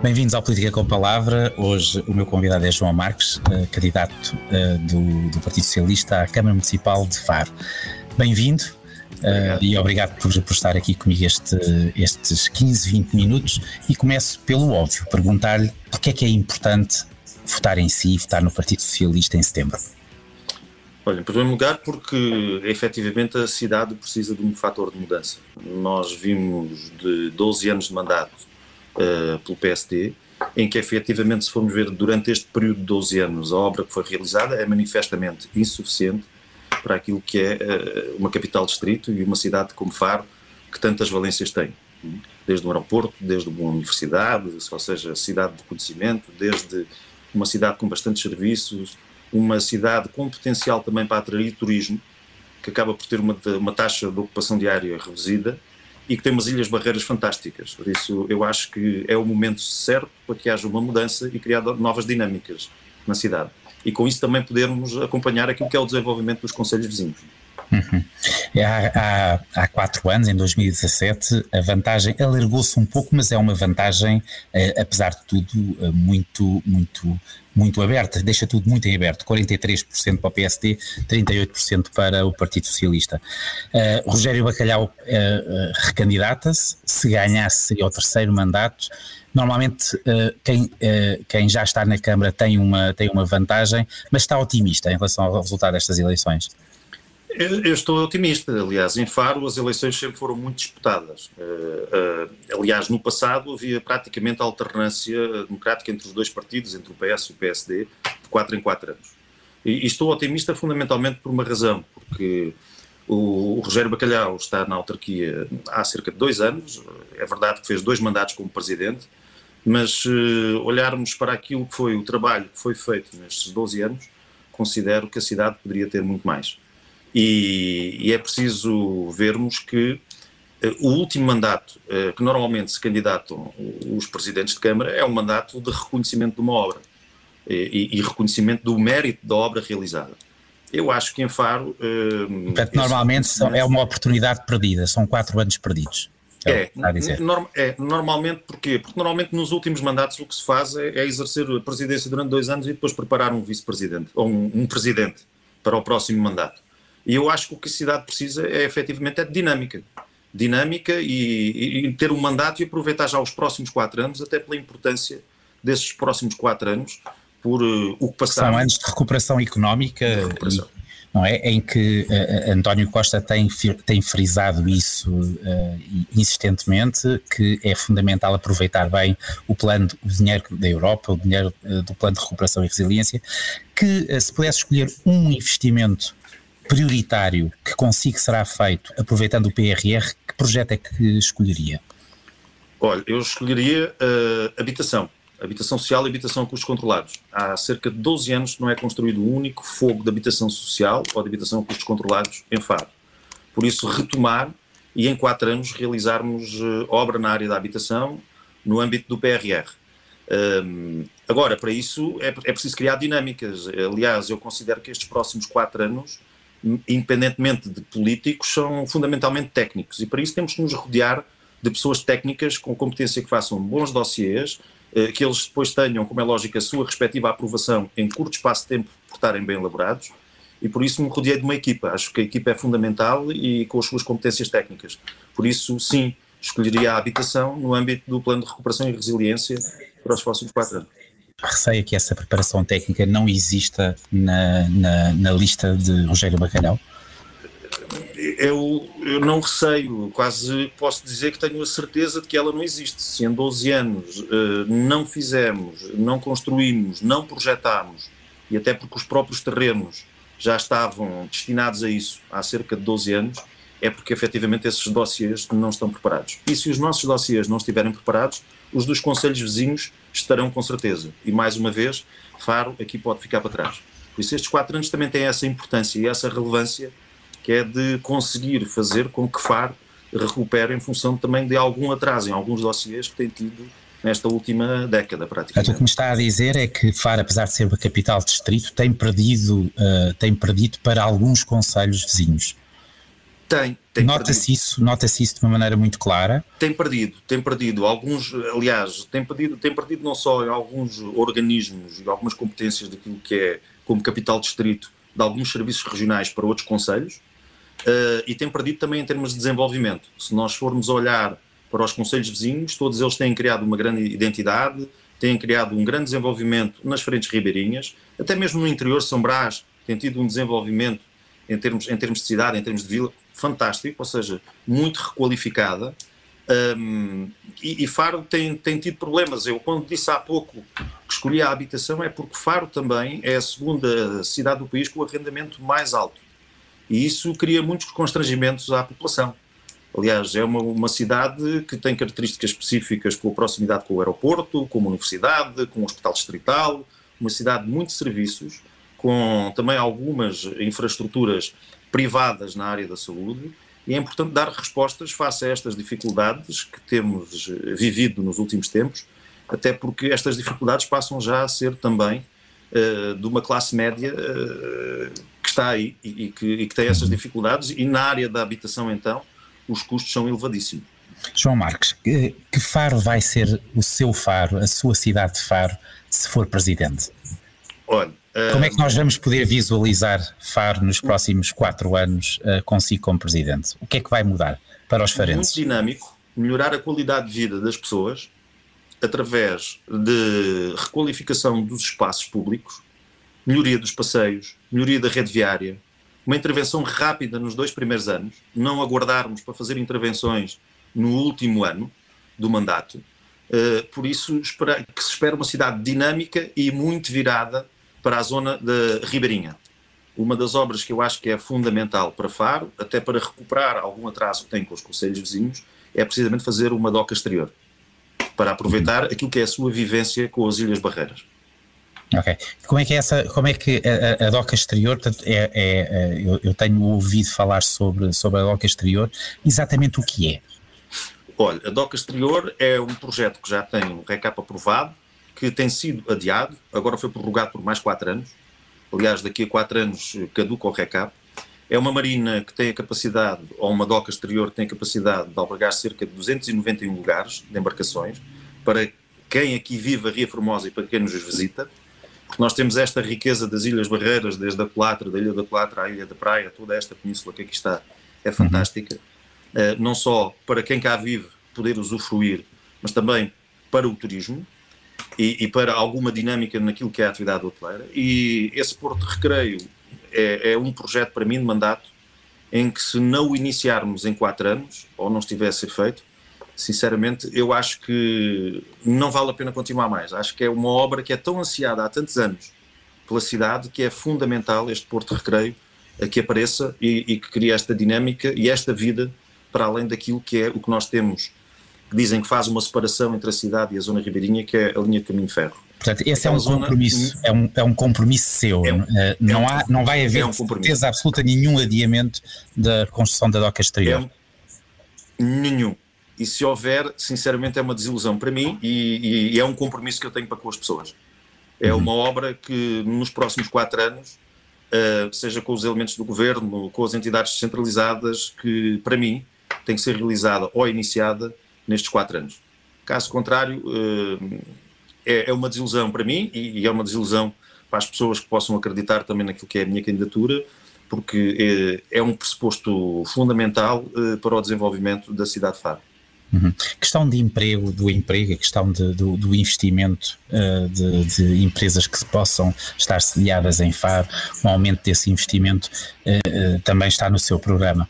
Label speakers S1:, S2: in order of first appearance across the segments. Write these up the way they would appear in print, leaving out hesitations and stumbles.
S1: Bem-vindos ao Política com Palavra. Hoje o meu convidado é João Marques, candidato do Partido Socialista à Câmara Municipal de Faro. Bem-vindo e obrigado por estar aqui comigo estes 15, 20 minutos, e começo pelo óbvio, perguntar-lhe porque é importante votar em si, votar no Partido Socialista em setembro.
S2: Olha, em primeiro lugar porque efetivamente a cidade precisa de um fator de mudança. Nós vimos de 12 anos de mandato pelo PSD, em que efetivamente, se formos ver durante este período de 12 anos, a obra que foi realizada é manifestamente insuficiente para aquilo que é uma capital distrito e uma cidade como Faro, que tantas valências tem. Desde um aeroporto, desde uma universidade, ou seja, cidade de conhecimento, desde uma cidade com bastantes serviços, uma cidade com potencial também para atrair turismo, que acaba por ter uma taxa de ocupação diária reduzida e que tem umas ilhas barreiras fantásticas. Por isso, eu acho que é o momento certo para que haja uma mudança e criar novas dinâmicas na cidade. E com isso também podermos acompanhar aquilo que é o desenvolvimento dos concelhos vizinhos.
S1: Uhum. Há 4 anos, em 2017, a vantagem alargou-se um pouco, mas é uma vantagem, apesar de tudo, muito aberta, deixa tudo muito em aberto, 43% para o PSD, 38% para o Partido Socialista. Rogério Bacalhau recandidata-se, se ganhasse ao terceiro mandato. Normalmente quem já está na Câmara tem uma vantagem, mas está otimista em relação ao resultado destas eleições?
S2: Eu estou otimista. Aliás, em Faro as eleições sempre foram muito disputadas. Aliás, no passado havia praticamente alternância democrática entre os dois partidos, entre o PS e o PSD, de 4 em 4 anos. E estou otimista fundamentalmente por uma razão, porque o Rogério Bacalhau está na autarquia há cerca de 2 anos, é verdade que fez 2 mandatos como presidente, mas se olharmos para aquilo que foi o trabalho que foi feito nestes 12 anos, considero que a cidade poderia ter muito mais. E é preciso vermos que o último mandato que normalmente se candidatam os presidentes de Câmara é um mandato de reconhecimento de uma obra e reconhecimento do mérito da obra realizada. Eu acho que em Faro...
S1: Portanto, normalmente é uma oportunidade perdida, são 4 anos perdidos.
S2: Normalmente porquê? Porque normalmente nos últimos mandatos o que se faz é exercer a presidência durante 2 anos e depois preparar um vice-presidente, ou um presidente para o próximo mandato. E eu acho que o que a cidade precisa efetivamente de dinâmica. Dinâmica e ter um mandato e aproveitar já os próximos 4 anos, até pela importância desses próximos 4 anos, por o que passaram.
S1: São anos de recuperação económica, não é? Em que António Costa tem frisado isso insistentemente, que é fundamental aproveitar bem o dinheiro da Europa, o dinheiro do Plano de Recuperação e Resiliência, que se pudesse escolher um investimento prioritário que consigo será feito aproveitando o PRR, que projeto é que escolheria?
S2: Olha, eu escolheria habitação social e habitação a custos controlados. Há cerca de 12 anos que não é construído um único fogo de habitação social ou de habitação a custos controlados em Faro. Por isso, retomar e em 4 anos realizarmos obra na área da habitação no âmbito do PRR. Agora, para isso é preciso criar dinâmicas. Aliás, eu considero que estes próximos 4 anos, independentemente de políticos, são fundamentalmente técnicos, e para isso temos que nos rodear de pessoas técnicas com competência, que façam bons dossiês, que eles depois tenham, como é lógico, a sua respectiva aprovação em curto espaço de tempo por estarem bem elaborados, e por isso me rodeei de uma equipa. Acho que a equipa é fundamental e com as suas competências técnicas. Por isso, sim, escolheria a habitação no âmbito do Plano de Recuperação e Resiliência para os próximos 4 anos.
S1: Receio que essa preparação técnica não exista na lista de Rogério Bacalhau?
S2: Eu não receio, quase posso dizer que tenho a certeza de que ela não existe. Se em 12 anos não fizemos, não construímos, não projetámos, e até porque os próprios terrenos já estavam destinados a isso há cerca de 12 anos, é porque efetivamente esses dossiês não estão preparados. E se os nossos dossiês não estiverem preparados, os dos concelhos vizinhos estarão com certeza. E mais uma vez, Faro aqui pode ficar para trás. Por isso estes 4 anos também têm essa importância e essa relevância, que é de conseguir fazer com que Faro recupere em função também de algum atraso em alguns dossiês que tem tido nesta última década, praticamente.
S1: O que me está a dizer é que Faro, apesar de ser uma capital de distrito, tem perdido para alguns concelhos vizinhos.
S2: Tem,
S1: Nota-se isso de uma maneira muito clara.
S2: Tem perdido alguns, aliás, tem perdido não só em alguns organismos e algumas competências daquilo que é como capital distrito de alguns serviços regionais para outros concelhos, e tem perdido também em termos de desenvolvimento. Se nós formos olhar para os concelhos vizinhos, todos eles têm criado uma grande identidade, têm criado um grande desenvolvimento nas frentes ribeirinhas, até mesmo no interior, São Brás tem tido um desenvolvimento em termos de cidade, em termos de vila, fantástico, ou seja, muito requalificada, e Faro tem tido problemas. Eu, quando disse há pouco que escolhi a habitação, é porque Faro também é a segunda cidade do país com o arrendamento mais alto, e isso cria muitos constrangimentos à população. Aliás, é uma cidade que tem características específicas com a proximidade com o aeroporto, com uma universidade, com um hospital distrital, uma cidade de muitos serviços, com também algumas infraestruturas privadas na área da saúde, e é importante dar respostas face a estas dificuldades que temos vivido nos últimos tempos, até porque estas dificuldades passam já a ser também de uma classe média que está aí e que tem essas dificuldades, e na área da habitação, então, os custos são elevadíssimos.
S1: João Marques, que Faro vai ser o seu Faro, a sua cidade de Faro, se for presidente?
S2: Olha,
S1: como é que nós vamos poder visualizar Faro nos próximos 4 anos consigo como presidente? O que é que vai mudar para os farenses?
S2: Muito dinâmico, melhorar a qualidade de vida das pessoas através de requalificação dos espaços públicos, melhoria dos passeios, melhoria da rede viária, uma intervenção rápida nos 2 primeiros anos, não aguardarmos para fazer intervenções no último ano do mandato. Por isso que se espera uma cidade dinâmica e muito virada para a zona da Ribeirinha. Uma das obras que eu acho que é fundamental para Faro, até para recuperar algum atraso que tem com os concelhos vizinhos, é precisamente fazer uma doca exterior, para aproveitar aquilo que é a sua vivência com as Ilhas Barreiras.
S1: Ok. Como é que a doca exterior, eu tenho ouvido falar sobre a doca exterior, exatamente o que é?
S2: Olha, a doca exterior é um projeto que já tem um RECAP aprovado, que tem sido adiado, agora foi prorrogado por mais 4 anos, aliás, daqui a 4 anos caduca o RECAP. É uma marina que tem a capacidade, ou uma doca exterior que tem a capacidade de albergar cerca de 291 lugares de embarcações, para quem aqui vive a Ria Formosa e para quem nos visita, porque nós temos esta riqueza das Ilhas Barreiras, desde a Colatra, da Ilha da Colatra à Ilha da Praia, toda esta península que aqui está é fantástica, não só para quem cá vive poder usufruir, mas também para o turismo e para alguma dinâmica naquilo que é a atividade hoteleira. E esse Porto de Recreio é um projeto para mim de mandato em que, se não o iniciarmos em 4 anos, ou não estivesse feito, sinceramente, eu acho que não vale a pena continuar mais. Acho que é uma obra que é tão ansiada há tantos anos pela cidade, que é fundamental este Porto de Recreio que apareça e que crie esta dinâmica e esta vida para além daquilo que é o que nós temos, que dizem que faz uma separação entre a cidade e a zona ribeirinha, que é a linha de caminho de ferro.
S1: Portanto, esse é um compromisso, é um compromisso seu. Não vai haver certeza absoluta nenhum adiamento da construção da doca exterior.
S2: Nenhum. E se houver, sinceramente, é uma desilusão para mim e é um compromisso que eu tenho para com as pessoas. É uma obra que nos próximos 4 anos, seja com os elementos do governo, com as entidades descentralizadas, que para mim tem que ser realizada ou iniciada nestes 4 anos. Caso contrário, é uma desilusão para mim e é uma desilusão para as pessoas que possam acreditar também naquilo que é a minha candidatura, porque é um pressuposto fundamental para o desenvolvimento da cidade de Faro.
S1: Questão de emprego, a questão do investimento de empresas que se possam estar sediadas em Faro, um aumento desse investimento também está no seu programa.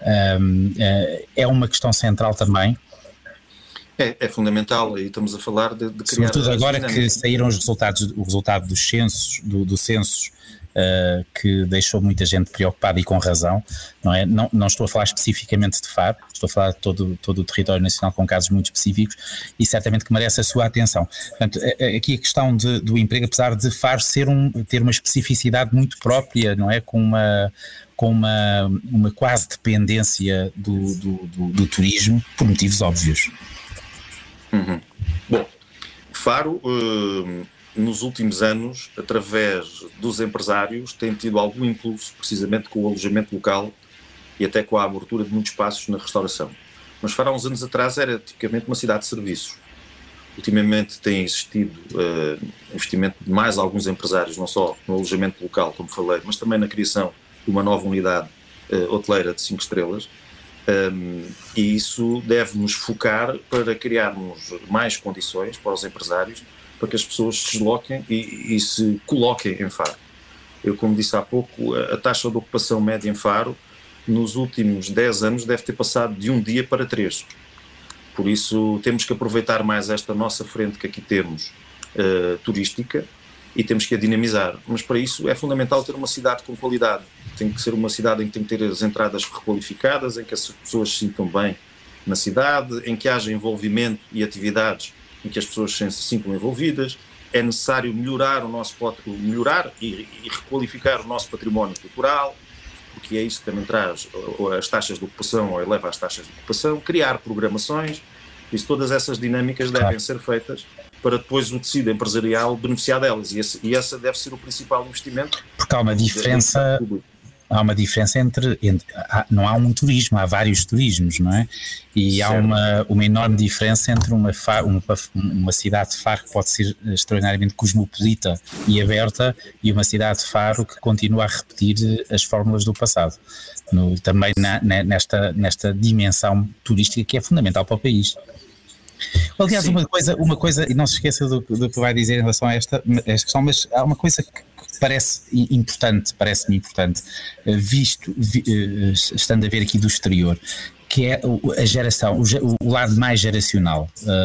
S1: É uma questão central também.
S2: É fundamental, e estamos a falar de criar...
S1: Sobretudo agora que saíram o resultado dos censos, do censo, que deixou muita gente preocupada e com razão, não é? Não estou a falar especificamente de Faro, estou a falar de todo o território nacional com casos muito específicos e certamente que merece a sua atenção. Portanto, aqui a questão do emprego, apesar de Faro ter uma especificidade muito própria, não é? Com uma quase dependência do turismo, por motivos óbvios.
S2: Bom, Faro, nos últimos anos, através dos empresários, tem tido algum impulso, precisamente com o alojamento local, e até com a abertura de muitos espaços na restauração. Mas Faro há uns anos atrás era tipicamente uma cidade de serviços. Ultimamente tem existido investimento de mais alguns empresários, não só no alojamento local, como falei, mas também na criação de uma nova unidade hoteleira de 5 estrelas, e isso deve-nos focar para criarmos mais condições para os empresários, para que as pessoas se desloquem e se coloquem em Faro. Eu, como disse há pouco, a taxa de ocupação média em Faro, nos últimos 10 anos, deve ter passado de 1 dia para 3. Por isso, temos que aproveitar mais esta nossa frente que aqui temos, turística, e temos que a dinamizar. Mas para isso é fundamental ter uma cidade com qualidade. Tem que ser uma cidade em que tem que ter as entradas requalificadas, em que as pessoas se sintam bem na cidade, em que haja envolvimento e atividades em que as pessoas se sintam envolvidas. É necessário melhorar e requalificar o nosso património cultural, porque é isso que também traz as taxas de ocupação, ou eleva as taxas de ocupação, criar programações, isso, todas essas dinâmicas devem ser feitas para depois o tecido empresarial beneficiar delas, e essa deve ser o principal investimento.
S1: Porque há uma diferença não há um turismo, há vários turismos, não é? E certo. Há uma enorme diferença entre uma cidade de Faro que pode ser extraordinariamente cosmopolita e aberta, e uma cidade de Faro que continua a repetir as fórmulas do passado, também nesta dimensão turística que é fundamental para o país. Aliás, uma coisa, e não se esqueça do que vai dizer em relação a esta questão, mas há uma coisa que parece-me importante, estando a ver aqui do exterior, que é a geração, o lado mais geracional.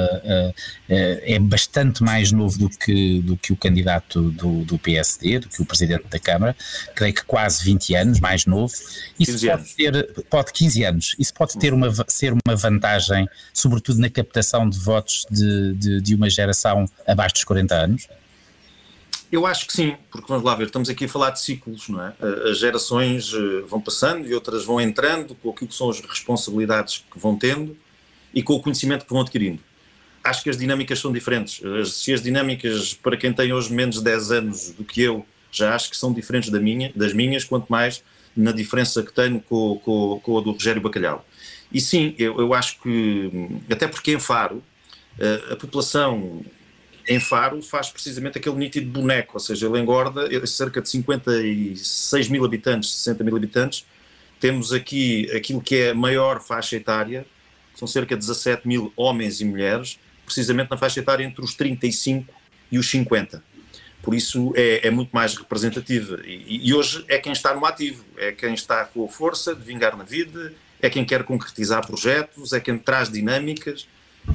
S1: É bastante mais novo do que o candidato do PSD, do que o presidente da Câmara, creio que quase 20 anos, mais novo. Isso pode 15 anos. Isso pode ser uma vantagem, sobretudo na captação de votos de uma geração abaixo dos 40 anos?
S2: Eu acho que sim, porque vamos lá ver, estamos aqui a falar de ciclos, não é? As gerações vão passando e outras vão entrando com aquilo que são as responsabilidades que vão tendo e com o conhecimento que vão adquirindo. Acho que as dinâmicas são diferentes. Se as dinâmicas, para quem tem hoje menos de 10 anos do que eu, já acho que são diferentes das minhas, quanto mais na diferença que tenho com a do Rogério Bacalhau. E sim, eu acho que, até porque em Faro, a população em Faro faz precisamente aquele nítido boneco, ou seja, ele engorda cerca de 56 mil habitantes, 60 mil habitantes. Temos aqui aquilo que é a maior faixa etária, são cerca de 17 mil homens e mulheres, precisamente na faixa etária entre os 35 e os 50. Por isso é muito mais representativa. E hoje é quem está no ativo, é quem está com a força de vingar na vida, é quem quer concretizar projetos, é quem traz dinâmicas,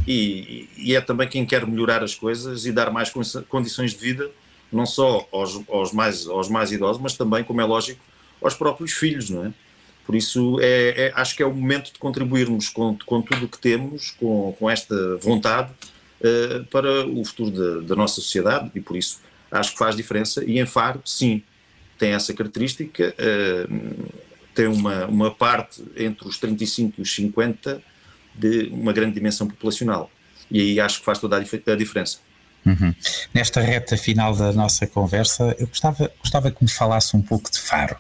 S2: e é também quem quer melhorar as coisas e dar mais condições de vida, não só aos mais idosos, mas também, como é lógico, aos próprios filhos, não é? Por isso acho que é o momento de contribuirmos com tudo o que temos, com esta vontade, para o futuro da nossa sociedade, e por isso acho que faz diferença. E em Faro, sim, tem essa característica, tem uma parte entre os 35 e os 50 de uma grande dimensão populacional, e aí acho que faz toda a diferença.
S1: Uhum. Nesta reta final da nossa conversa, eu gostava que me falasse um pouco de Faro.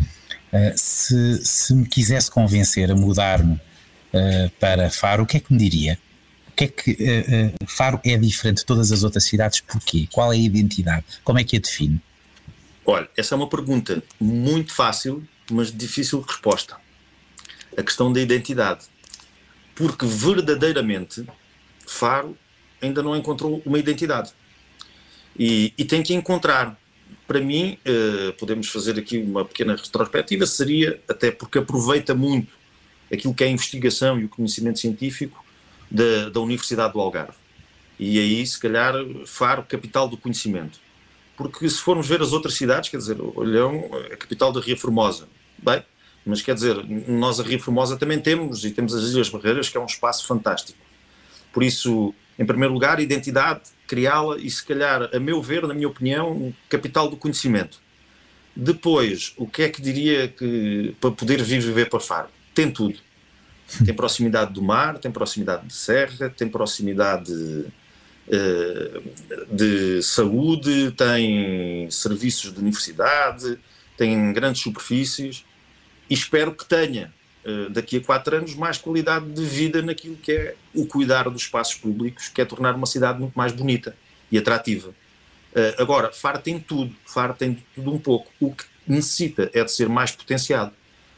S1: Se me quisesse convencer a mudar-me para Faro, o que é que me diria? O que é que Faro é diferente de todas as outras cidades? Porquê? Qual é a identidade? Como é que a define?
S2: Olha, essa é uma pergunta muito fácil, mas difícil de resposta. A questão da identidade. Porque verdadeiramente Faro ainda não encontrou uma identidade. E tem que encontrar. Para mim, podemos fazer aqui uma pequena retrospectiva, seria, até porque aproveita muito aquilo que é a investigação e o conhecimento científico da Universidade do Algarve. E aí, se calhar, Faro, capital do conhecimento. Porque se formos ver as outras cidades, quer dizer, Olhão, a capital da Ria Formosa, bem, mas quer dizer, nós a Ria Formosa também temos, e temos as Ilhas Barreiras, que é um espaço fantástico. Por isso, em primeiro lugar, identidade, criá-la e, se calhar, a meu ver, na minha opinião, capital do conhecimento. Depois, o que é que diria que para poder viver para Faro? Tem tudo. Tem proximidade do mar, tem proximidade de serra, tem proximidade de saúde, tem serviços de universidade, tem grandes superfícies. E espero que tenha daqui a 4 anos, mais qualidade de vida naquilo que é o cuidar dos espaços públicos, que é tornar uma cidade muito mais bonita e atrativa. Agora, Faro tem tudo um pouco. O que necessita é de ser mais potenciado.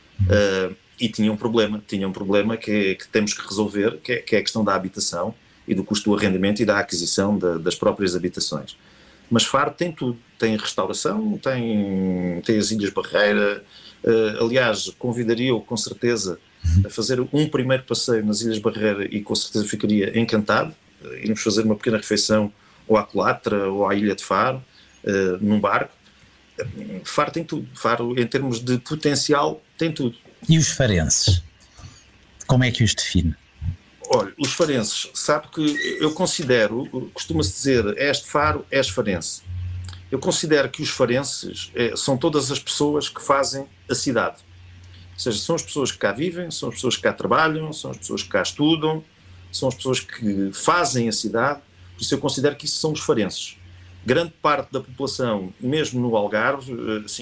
S2: E tinha um problema que temos que resolver, que é a questão da habitação e do custo do arrendamento e da aquisição das próprias habitações. Mas Faro tem tudo, tem restauração, tem as Ilhas Barreira. Aliás, convidaria-o com certeza a fazer um primeiro passeio nas Ilhas Barreira e com certeza ficaria encantado. Irmos fazer uma pequena refeição ou à Colatra ou à Ilha de Faro, num barco. Faro tem tudo. Faro, em termos de potencial, tem tudo.
S1: E os farenses? Como é que os define?
S2: Olha, os farenses, sabe que eu considero, costuma-se dizer, és de Faro, és farense. Eu considero que os farenses são todas as pessoas que fazem a cidade. Ou seja, são as pessoas que cá vivem, são as pessoas que cá trabalham, são as pessoas que cá estudam, são as pessoas que fazem a cidade. Por isso eu considero que isso são os farenses. Grande parte da população, mesmo no Algarve,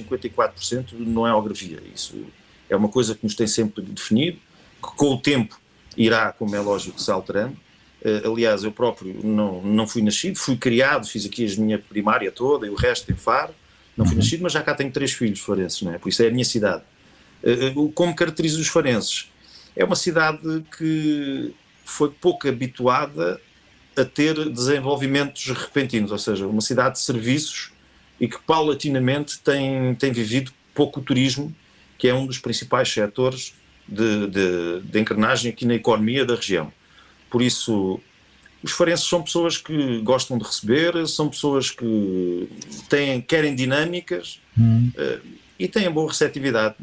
S2: 54% não é algarvia. Isso é uma coisa que nos tem sempre definido, que com o tempo irá, como é lógico, se alterando. Aliás, eu próprio não fui nascido, fui criado, fiz aqui a minha primária toda e o resto em Faro. Não fui nascido, mas já cá tenho 3 filhos farenses, não é? Por isso é a minha cidade. Como caracteriza os farenses? É uma cidade que foi pouco habituada a ter desenvolvimentos repentinos, ou seja, uma cidade de serviços e que paulatinamente tem vivido pouco turismo, que é um dos principais setores de engrenagem aqui na economia da região. Por isso, os farenses são pessoas que gostam de receber, são pessoas que querem dinâmicas e têm boa receptividade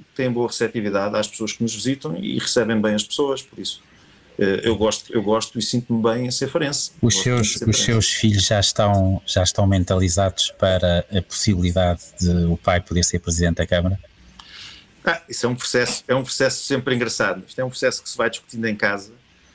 S2: às pessoas que nos visitam e recebem bem as pessoas, por isso. Eu gosto e sinto-me bem em ser farense.
S1: Os seus filhos já estão mentalizados para a possibilidade de o pai poder ser presidente da Câmara?
S2: Isso é um processo sempre engraçado. Isto é um processo que se vai discutindo em casa,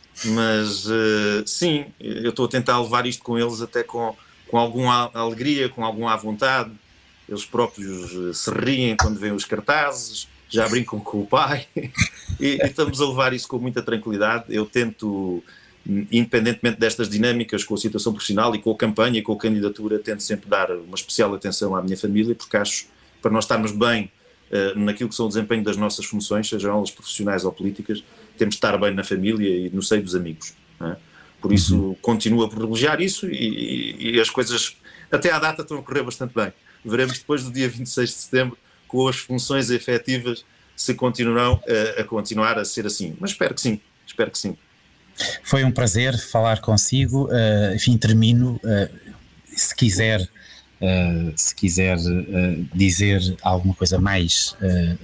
S2: mas sim, eu estou a tentar levar isto com eles até com alguma alegria, com alguma à vontade. Eles próprios se riem quando veem os cartazes, já brincam com o pai e estamos a levar isso com muita tranquilidade. Eu tento, independentemente destas dinâmicas com a situação profissional e com a campanha e com a candidatura, tento sempre dar uma especial atenção à minha família, porque acho, para nós estarmos bem naquilo que são o desempenho das nossas funções, sejam elas profissionais ou políticas, temos de estar bem na família e no seio dos amigos, não é? Por isso continuo a privilegiar isso e as coisas até à data estão a correr bastante bem. Veremos depois do dia 26 de setembro com as funções efetivas se continuarão a continuar a ser assim, mas espero que sim.
S1: Foi um prazer falar consigo. Enfim, termino, se quiser dizer alguma coisa mais,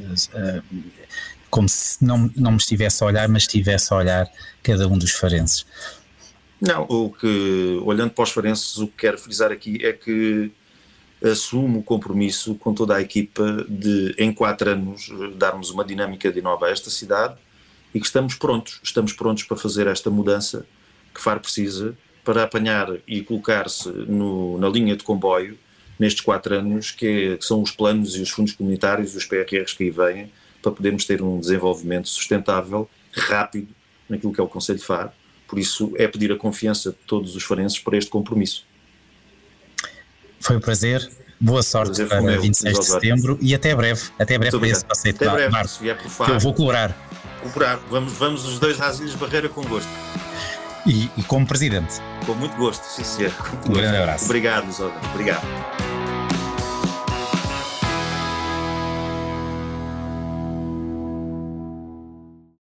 S1: como se não me estivesse a olhar, mas estivesse a olhar cada um dos farenses.
S2: Não, olhando para os farenses, o que quero frisar aqui é que assumo o compromisso com toda a equipa de, em 4 anos, darmos uma dinâmica de nova a esta cidade e que estamos prontos para fazer esta mudança que Faro precisa para apanhar e colocar-se na linha de comboio nestes 4 anos, que são os planos e os fundos comunitários e os PRRs que aí vêm, para podermos ter um desenvolvimento sustentável, rápido, naquilo que é o Concelho de Faro. Por isso é pedir a confiança de todos os farenses para este compromisso. Foi um prazer, boa sorte para 26 de setembro e até breve para esse passeio de março, que eu vou colaborar. Vamos os dois às Ilhas Barreira com gosto. E como presidente. Com muito gosto, sim senhor. Um grande abraço. Obrigado, Zóder. Obrigado.